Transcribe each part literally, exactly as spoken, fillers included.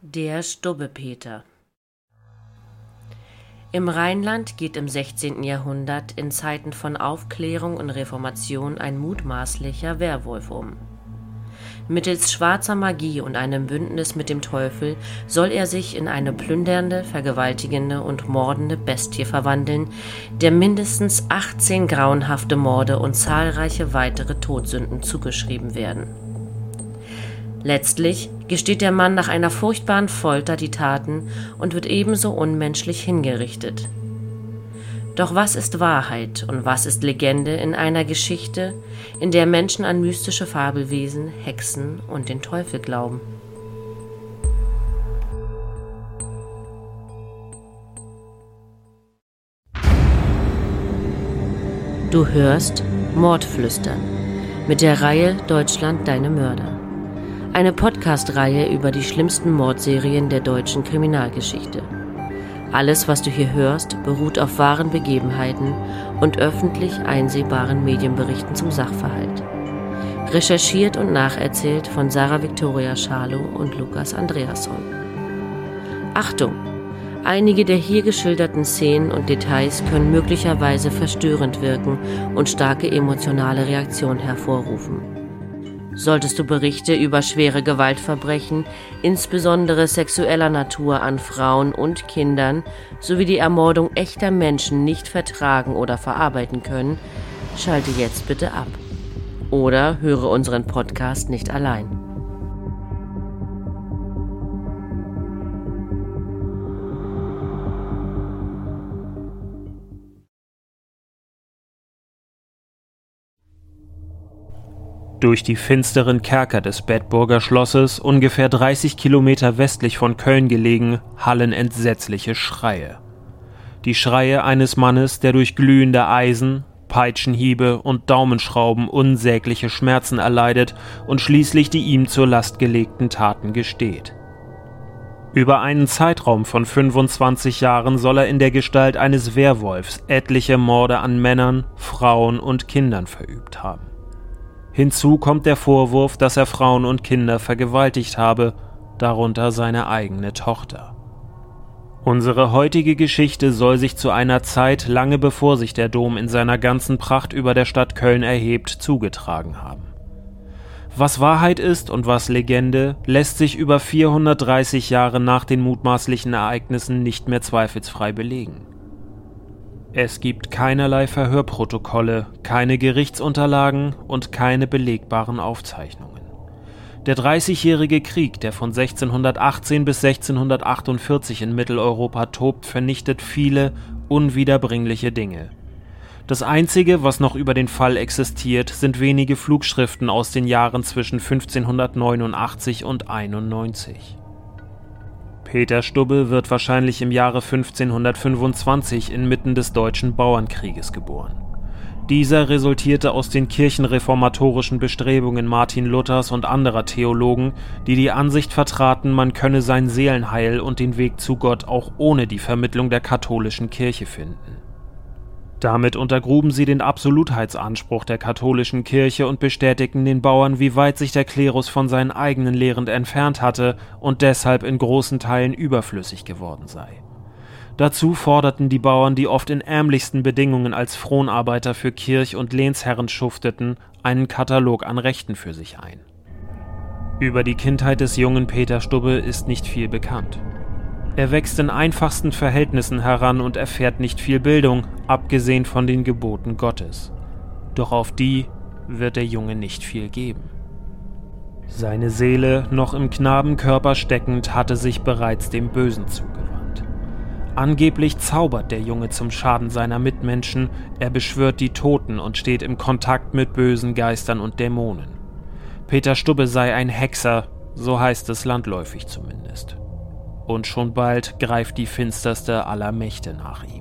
Der Stubbe-Peter. Im Rheinland geht im sechzehnten Jahrhundert in Zeiten von Aufklärung und Reformation ein mutmaßlicher Werwolf um. Mittels schwarzer Magie und einem Bündnis mit dem Teufel soll er sich in eine plündernde, vergewaltigende und mordende Bestie verwandeln, der mindestens achtzehn grauenhafte Morde und zahlreiche weitere Todsünden zugeschrieben werden. Letztlich gesteht der Mann nach einer furchtbaren Folter die Taten und wird ebenso unmenschlich hingerichtet. Doch was ist Wahrheit und was ist Legende in einer Geschichte, in der Menschen an mystische Fabelwesen, Hexen und den Teufel glauben? Du hörst Mordflüstern mit der Reihe Deutschland deine Mörder. Eine Podcast-Reihe über die schlimmsten Mordserien der deutschen Kriminalgeschichte. Alles, was du hier hörst, beruht auf wahren Begebenheiten und öffentlich einsehbaren Medienberichten zum Sachverhalt. Recherchiert und nacherzählt von Sarah Victoria Schalow und Lukas Andreasson. Achtung! Einige der hier geschilderten Szenen und Details können möglicherweise verstörend wirken und starke emotionale Reaktionen hervorrufen. Solltest du Berichte über schwere Gewaltverbrechen, insbesondere sexueller Natur an Frauen und Kindern, sowie die Ermordung echter Menschen nicht vertragen oder verarbeiten können, schalte jetzt bitte ab. Oder höre unseren Podcast nicht allein. Durch die finsteren Kerker des Bedburger Schlosses, ungefähr dreißig Kilometer westlich von Köln gelegen, hallen entsetzliche Schreie. Die Schreie eines Mannes, der durch glühende Eisen, Peitschenhiebe und Daumenschrauben unsägliche Schmerzen erleidet und schließlich die ihm zur Last gelegten Taten gesteht. Über einen Zeitraum von fünfundzwanzig Jahren soll er in der Gestalt eines Werwolfs etliche Morde an Männern, Frauen und Kindern verübt haben. Hinzu kommt der Vorwurf, dass er Frauen und Kinder vergewaltigt habe, darunter seine eigene Tochter. Unsere heutige Geschichte soll sich zu einer Zeit, lange bevor sich der Dom in seiner ganzen Pracht über der Stadt Köln erhebt, zugetragen haben. Was Wahrheit ist und was Legende, lässt sich über vierhundertdreißig Jahre nach den mutmaßlichen Ereignissen nicht mehr zweifelsfrei belegen. Es gibt keinerlei Verhörprotokolle, keine Gerichtsunterlagen und keine belegbaren Aufzeichnungen. Der Dreißigjährige Krieg, der von sechzehnhundertachtzehn bis sechzehnhundertachtundvierzig in Mitteleuropa tobt, vernichtet viele unwiederbringliche Dinge. Das Einzige, was noch über den Fall existiert, sind wenige Flugschriften aus den Jahren zwischen fünfzehnhundertneunundachtzig und einundneunzig. Peter Stubbe wird wahrscheinlich im Jahre fünfzehnhundertfünfundzwanzig inmitten des Deutschen Bauernkrieges geboren. Dieser resultierte aus den kirchenreformatorischen Bestrebungen Martin Luthers und anderer Theologen, die die Ansicht vertraten, man könne sein Seelenheil und den Weg zu Gott auch ohne die Vermittlung der katholischen Kirche finden. Damit untergruben sie den Absolutheitsanspruch der katholischen Kirche und bestätigten den Bauern, wie weit sich der Klerus von seinen eigenen Lehren entfernt hatte und deshalb in großen Teilen überflüssig geworden sei. Dazu forderten die Bauern, die oft in ärmlichsten Bedingungen als Fronarbeiter für Kirch- und Lehnsherren schufteten, einen Katalog an Rechten für sich ein. Über die Kindheit des jungen Peter Stubbe ist nicht viel bekannt. Er wächst in einfachsten Verhältnissen heran und erfährt nicht viel Bildung, abgesehen von den Geboten Gottes. Doch auf die wird der Junge nicht viel geben. Seine Seele, noch im Knabenkörper steckend, hatte sich bereits dem Bösen zugewandt. Angeblich zaubert der Junge zum Schaden seiner Mitmenschen, er beschwört die Toten und steht im Kontakt mit bösen Geistern und Dämonen. Peter Stubbe sei ein Hexer, so heißt es landläufig zumindest. Und schon bald greift die finsterste aller Mächte nach ihm.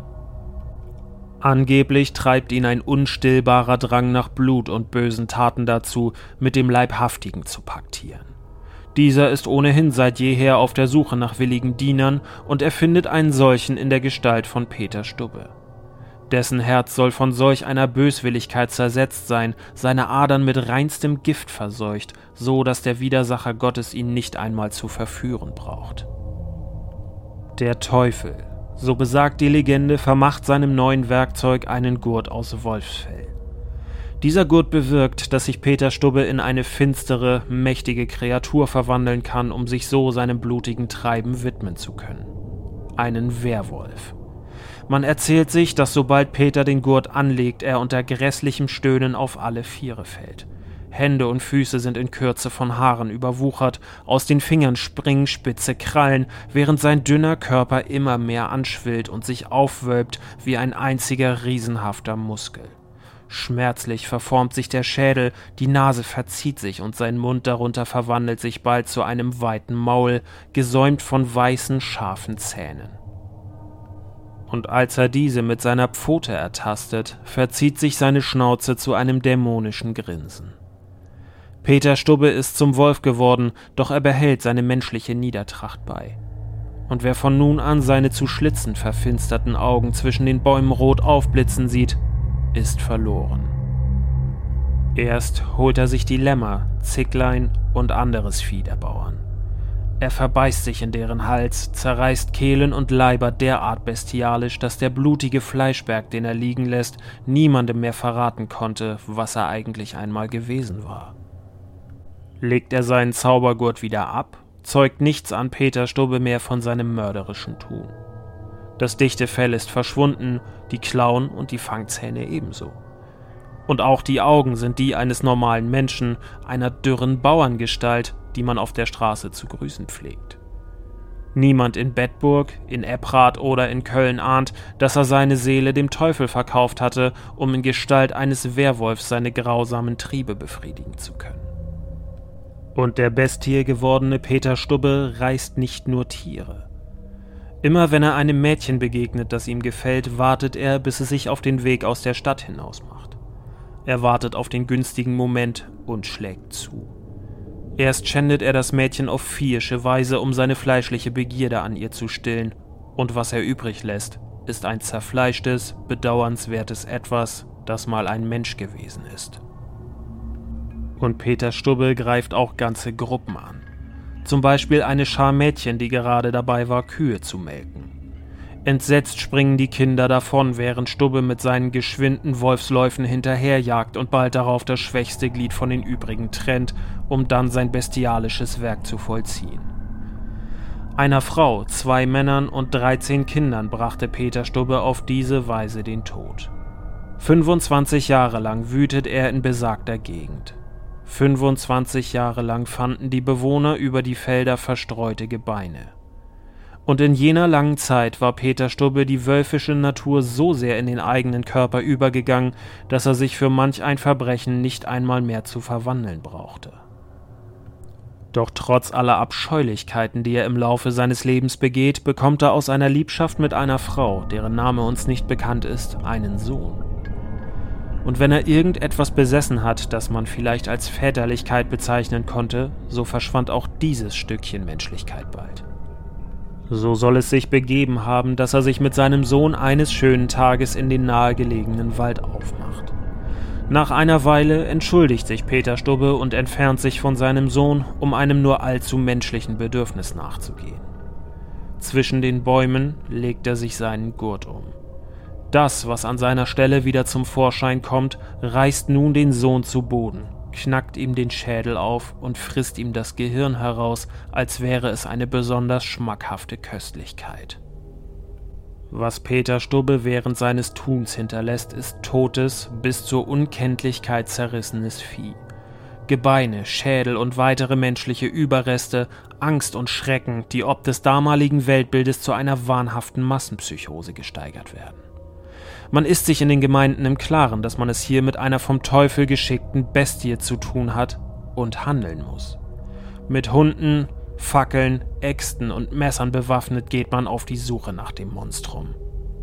Angeblich treibt ihn ein unstillbarer Drang nach Blut und bösen Taten dazu, mit dem Leibhaftigen zu paktieren. Dieser ist ohnehin seit jeher auf der Suche nach willigen Dienern und er findet einen solchen in der Gestalt von Peter Stubbe. Dessen Herz soll von solch einer Böswilligkeit zersetzt sein, seine Adern mit reinstem Gift verseucht, so dass der Widersacher Gottes ihn nicht einmal zu verführen braucht. Der Teufel, so besagt die Legende, vermacht seinem neuen Werkzeug einen Gurt aus Wolfsfell. Dieser Gurt bewirkt, dass sich Peter Stubbe in eine finstere, mächtige Kreatur verwandeln kann, um sich so seinem blutigen Treiben widmen zu können. Einen Werwolf. Man erzählt sich, dass sobald Peter den Gurt anlegt, er unter grässlichem Stöhnen auf alle Viere fällt. Hände und Füße sind in Kürze von Haaren überwuchert, aus den Fingern springen spitze Krallen, während sein dünner Körper immer mehr anschwillt und sich aufwölbt wie ein einziger riesenhafter Muskel. Schmerzlich verformt sich der Schädel, die Nase verzieht sich und sein Mund darunter verwandelt sich bald zu einem weiten Maul, gesäumt von weißen, scharfen Zähnen. Und als er diese mit seiner Pfote ertastet, verzieht sich seine Schnauze zu einem dämonischen Grinsen. Peter Stubbe ist zum Wolf geworden, doch er behält seine menschliche Niedertracht bei. Und wer von nun an seine zu Schlitzen verfinsterten Augen zwischen den Bäumen rot aufblitzen sieht, ist verloren. Erst holt er sich die Lämmer, Zicklein und anderes Vieh der Bauern. Er verbeißt sich in deren Hals, zerreißt Kehlen und Leiber derart bestialisch, dass der blutige Fleischberg, den er liegen lässt, niemandem mehr verraten konnte, was er eigentlich einmal gewesen war. Legt er seinen Zaubergurt wieder ab, zeugt nichts an Peter Stubbe mehr von seinem mörderischen Tun. Das dichte Fell ist verschwunden, die Klauen und die Fangzähne ebenso. Und auch die Augen sind die eines normalen Menschen, einer dürren Bauerngestalt, die man auf der Straße zu grüßen pflegt. Niemand in Bedburg, in Ebbrath oder in Köln ahnt, dass er seine Seele dem Teufel verkauft hatte, um in Gestalt eines Werwolfs seine grausamen Triebe befriedigen zu können. Und der Bestie gewordene Peter Stubbe reißt nicht nur Tiere. Immer wenn er einem Mädchen begegnet, das ihm gefällt, wartet er, bis es sich auf den Weg aus der Stadt hinaus macht. Er wartet auf den günstigen Moment und schlägt zu. Erst schändet er das Mädchen auf viehische Weise, um seine fleischliche Begierde an ihr zu stillen, und was er übrig lässt, ist ein zerfleischtes, bedauernswertes Etwas, das mal ein Mensch gewesen ist. Und Peter Stubbe greift auch ganze Gruppen an. Zum Beispiel eine Schar Mädchen, die gerade dabei war, Kühe zu melken. Entsetzt springen die Kinder davon, während Stubbe mit seinen geschwinden Wolfsläufen hinterherjagt und bald darauf das schwächste Glied von den übrigen trennt, um dann sein bestialisches Werk zu vollziehen. Einer Frau, zwei Männern und dreizehn Kindern brachte Peter Stubbe auf diese Weise den Tod. fünfundzwanzig Jahre lang wütet er in besagter Gegend. fünfundzwanzig Jahre lang fanden die Bewohner über die Felder verstreute Gebeine. Und in jener langen Zeit war Peter Stubbe die wölfische Natur so sehr in den eigenen Körper übergegangen, dass er sich für manch ein Verbrechen nicht einmal mehr zu verwandeln brauchte. Doch trotz aller Abscheulichkeiten, die er im Laufe seines Lebens begeht, bekommt er aus einer Liebschaft mit einer Frau, deren Name uns nicht bekannt ist, einen Sohn. Und wenn er irgendetwas besessen hat, das man vielleicht als Väterlichkeit bezeichnen konnte, so verschwand auch dieses Stückchen Menschlichkeit bald. So soll es sich begeben haben, dass er sich mit seinem Sohn eines schönen Tages in den nahegelegenen Wald aufmacht. Nach einer Weile entschuldigt sich Peter Stubbe und entfernt sich von seinem Sohn, um einem nur allzu menschlichen Bedürfnis nachzugehen. Zwischen den Bäumen legt er sich seinen Gurt um. Das, was an seiner Stelle wieder zum Vorschein kommt, reißt nun den Sohn zu Boden, knackt ihm den Schädel auf und frisst ihm das Gehirn heraus, als wäre es eine besonders schmackhafte Köstlichkeit. Was Peter Stubbe während seines Tuns hinterlässt, ist totes, bis zur Unkenntlichkeit zerrissenes Vieh. Gebeine, Schädel und weitere menschliche Überreste, Angst und Schrecken, die ob des damaligen Weltbildes zu einer wahnhaften Massenpsychose gesteigert werden. Man ist sich in den Gemeinden im Klaren, dass man es hier mit einer vom Teufel geschickten Bestie zu tun hat und handeln muss. Mit Hunden, Fackeln, Äxten und Messern bewaffnet geht man auf die Suche nach dem Monstrum.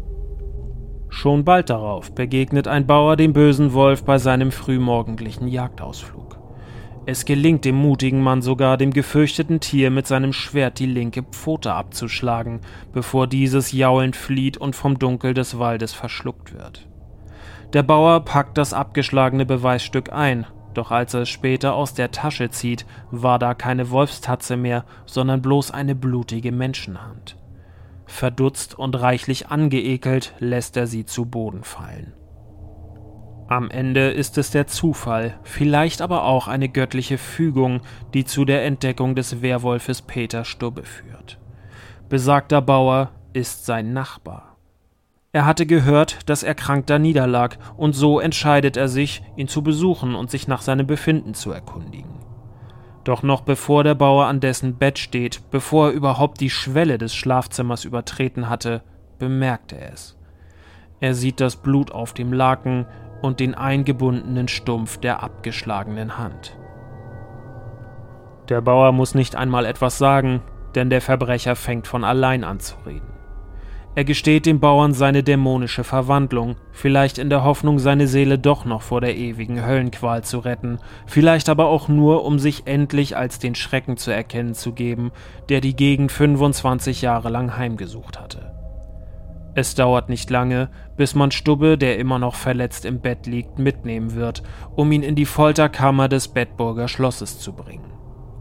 Schon bald darauf begegnet ein Bauer dem bösen Wolf bei seinem frühmorgendlichen Jagdausflug. Es gelingt dem mutigen Mann sogar, dem gefürchteten Tier mit seinem Schwert die linke Pfote abzuschlagen, bevor dieses jaulend flieht und vom Dunkel des Waldes verschluckt wird. Der Bauer packt das abgeschlagene Beweisstück ein, doch als er es später aus der Tasche zieht, war da keine Wolfstatze mehr, sondern bloß eine blutige Menschenhand. Verdutzt und reichlich angeekelt lässt er sie zu Boden fallen. Am Ende ist es der Zufall, vielleicht aber auch eine göttliche Fügung, die zu der Entdeckung des Werwolfes Peter Stubbe führt. Besagter Bauer ist sein Nachbar. Er hatte gehört, dass er krank da niederlag, und so entscheidet er sich, ihn zu besuchen und sich nach seinem Befinden zu erkundigen. Doch noch bevor der Bauer an dessen Bett steht, bevor er überhaupt die Schwelle des Schlafzimmers übertreten hatte, bemerkt er es. Er sieht das Blut auf dem Laken und den eingebundenen Stumpf der abgeschlagenen Hand. Der Bauer muss nicht einmal etwas sagen, denn der Verbrecher fängt von allein an zu reden. Er gesteht dem Bauern seine dämonische Verwandlung, vielleicht in der Hoffnung, seine Seele doch noch vor der ewigen Höllenqual zu retten, vielleicht aber auch nur, um sich endlich als den Schrecken zu erkennen zu geben, der die Gegend fünfundzwanzig Jahre lang heimgesucht hatte. Es dauert nicht lange, bis man Stubbe, der immer noch verletzt im Bett liegt, mitnehmen wird, um ihn in die Folterkammer des Bedburger Schlosses zu bringen.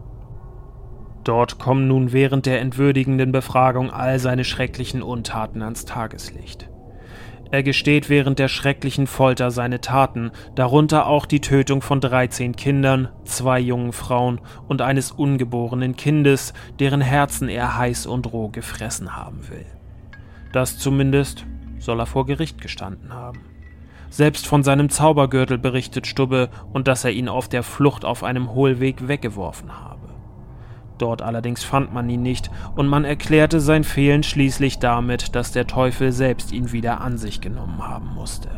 Dort kommen nun während der entwürdigenden Befragung all seine schrecklichen Untaten ans Tageslicht. Er gesteht während der schrecklichen Folter seine Taten, darunter auch die Tötung von dreizehn Kindern, zwei jungen Frauen und eines ungeborenen Kindes, deren Herzen er heiß und roh gefressen haben will. Das zumindest soll er vor Gericht gestanden haben. Selbst von seinem Zaubergürtel berichtet Stubbe und dass er ihn auf der Flucht auf einem Hohlweg weggeworfen habe. Dort allerdings fand man ihn nicht und man erklärte sein Fehlen schließlich damit, dass der Teufel selbst ihn wieder an sich genommen haben musste.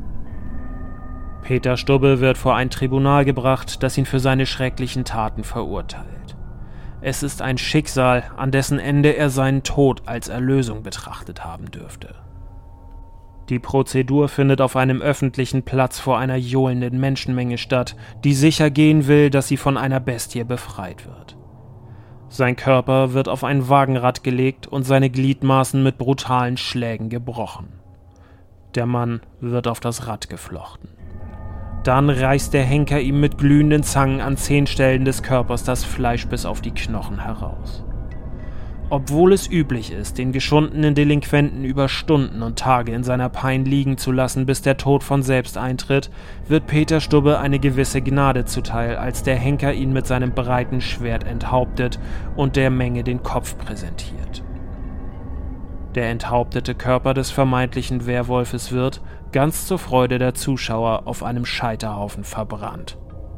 Peter Stubbe wird vor ein Tribunal gebracht, das ihn für seine schrecklichen Taten verurteilt. Es ist ein Schicksal, an dessen Ende er seinen Tod als Erlösung betrachtet haben dürfte. Die Prozedur findet auf einem öffentlichen Platz vor einer johlenden Menschenmenge statt, die sicher gehen will, dass sie von einer Bestie befreit wird. Sein Körper wird auf ein Wagenrad gelegt und seine Gliedmaßen mit brutalen Schlägen gebrochen. Der Mann wird auf das Rad geflochten. Dann reißt der Henker ihm mit glühenden Zangen an zehn Stellen des Körpers das Fleisch bis auf die Knochen heraus. Obwohl es üblich ist, den geschundenen Delinquenten über Stunden und Tage in seiner Pein liegen zu lassen, bis der Tod von selbst eintritt, wird Peter Stubbe eine gewisse Gnade zuteil, als der Henker ihn mit seinem breiten Schwert enthauptet und der Menge den Kopf präsentiert. Der enthauptete Körper des vermeintlichen Werwolfes wird, ganz zur Freude der Zuschauer, auf einem Scheiterhaufen verbrannt.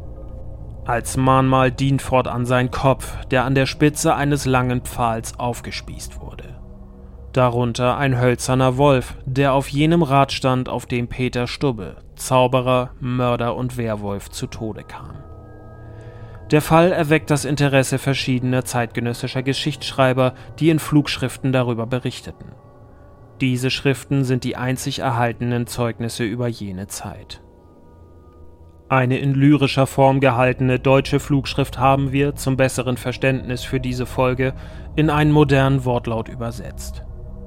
Als Mahnmal dient fortan sein Kopf, der an der Spitze eines langen Pfahls aufgespießt wurde. Darunter ein hölzerner Wolf, der auf jenem Rad stand, auf dem Peter Stubbe, Zauberer, Mörder und Werwolf, zu Tode kam. Der Fall erweckt das Interesse verschiedener zeitgenössischer Geschichtsschreiber, die in Flugschriften darüber berichteten. Diese Schriften sind die einzig erhaltenen Zeugnisse über jene Zeit. Eine in lyrischer Form gehaltene deutsche Flugschrift haben wir, zum besseren Verständnis für diese Folge, in einen modernen Wortlaut übersetzt.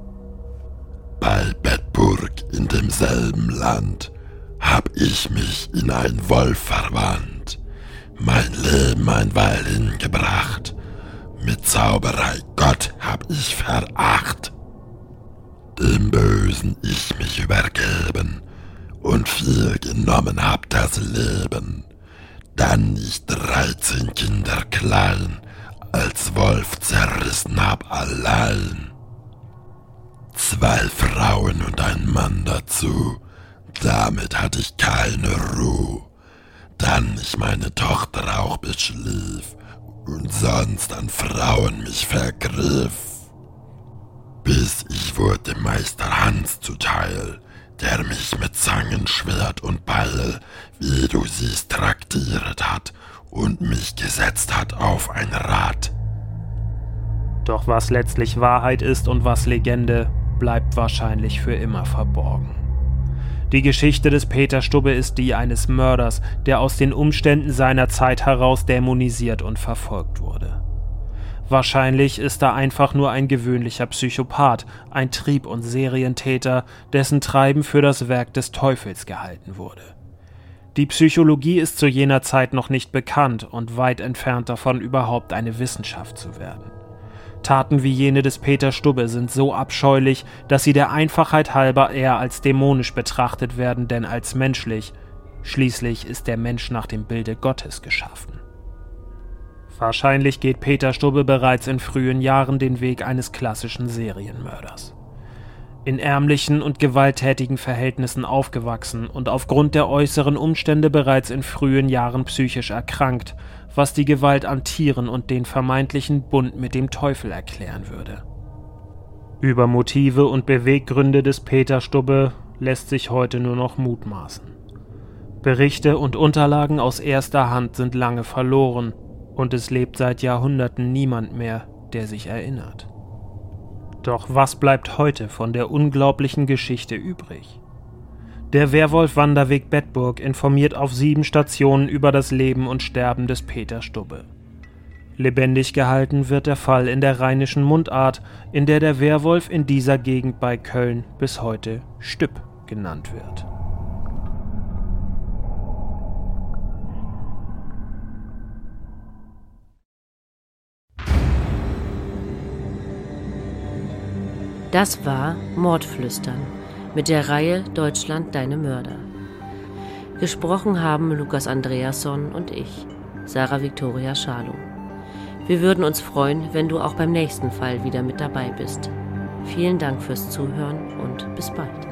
Bei Bedburg in demselben Land hab ich mich in ein Wolf verwandt, mein Leben ein Weil hingebracht, mit Zauberei Gott hab ich veracht, dem Bösen ich mich übergeben, und viel genommen hab das Leben, dann ich dreizehn Kinder klein, als Wolf zerrissen hab allein. Zwei Frauen und ein Mann dazu, damit hatt ich keine Ruhe, dann ich meine Tochter auch beschlief und sonst an Frauen mich vergriff. Bis ich wurde Meister Hans zuteil, der mich mit Zangen, Schwert und Beil, wie du siehst, traktiert hat und mich gesetzt hat auf ein Rad. Doch was letztlich Wahrheit ist und was Legende, bleibt wahrscheinlich für immer verborgen. Die Geschichte des Peter Stubbe ist die eines Mörders, der aus den Umständen seiner Zeit heraus dämonisiert und verfolgt wurde. Wahrscheinlich ist er einfach nur ein gewöhnlicher Psychopath, ein Trieb- und Serientäter, dessen Treiben für das Werk des Teufels gehalten wurde. Die Psychologie ist zu jener Zeit noch nicht bekannt und weit entfernt davon, überhaupt eine Wissenschaft zu werden. Taten wie jene des Peter Stubbe sind so abscheulich, dass sie der Einfachheit halber eher als dämonisch betrachtet werden, denn als menschlich. Schließlich ist der Mensch nach dem Bilde Gottes geschaffen. Wahrscheinlich geht Peter Stubbe bereits in frühen Jahren den Weg eines klassischen Serienmörders. In ärmlichen und gewalttätigen Verhältnissen aufgewachsen und aufgrund der äußeren Umstände bereits in frühen Jahren psychisch erkrankt, was die Gewalt an Tieren und den vermeintlichen Bund mit dem Teufel erklären würde. Über Motive und Beweggründe des Peter Stubbe lässt sich heute nur noch mutmaßen. Berichte und Unterlagen aus erster Hand sind lange verloren und es lebt seit Jahrhunderten niemand mehr, der sich erinnert. Doch was bleibt heute von der unglaublichen Geschichte übrig? Der Werwolf-Wanderweg Bedburg informiert auf sieben Stationen über das Leben und Sterben des Peter Stubbe. Lebendig gehalten wird der Fall in der rheinischen Mundart, in der der Werwolf in dieser Gegend bei Köln bis heute Stüpp genannt wird. Das war Mordflüstern mit der Reihe Deutschland deine Mörder. Gesprochen haben Lukas Andreasson und ich, Sarah Viktoria Schalow. Wir würden uns freuen, wenn du auch beim nächsten Fall wieder mit dabei bist. Vielen Dank fürs Zuhören und bis bald.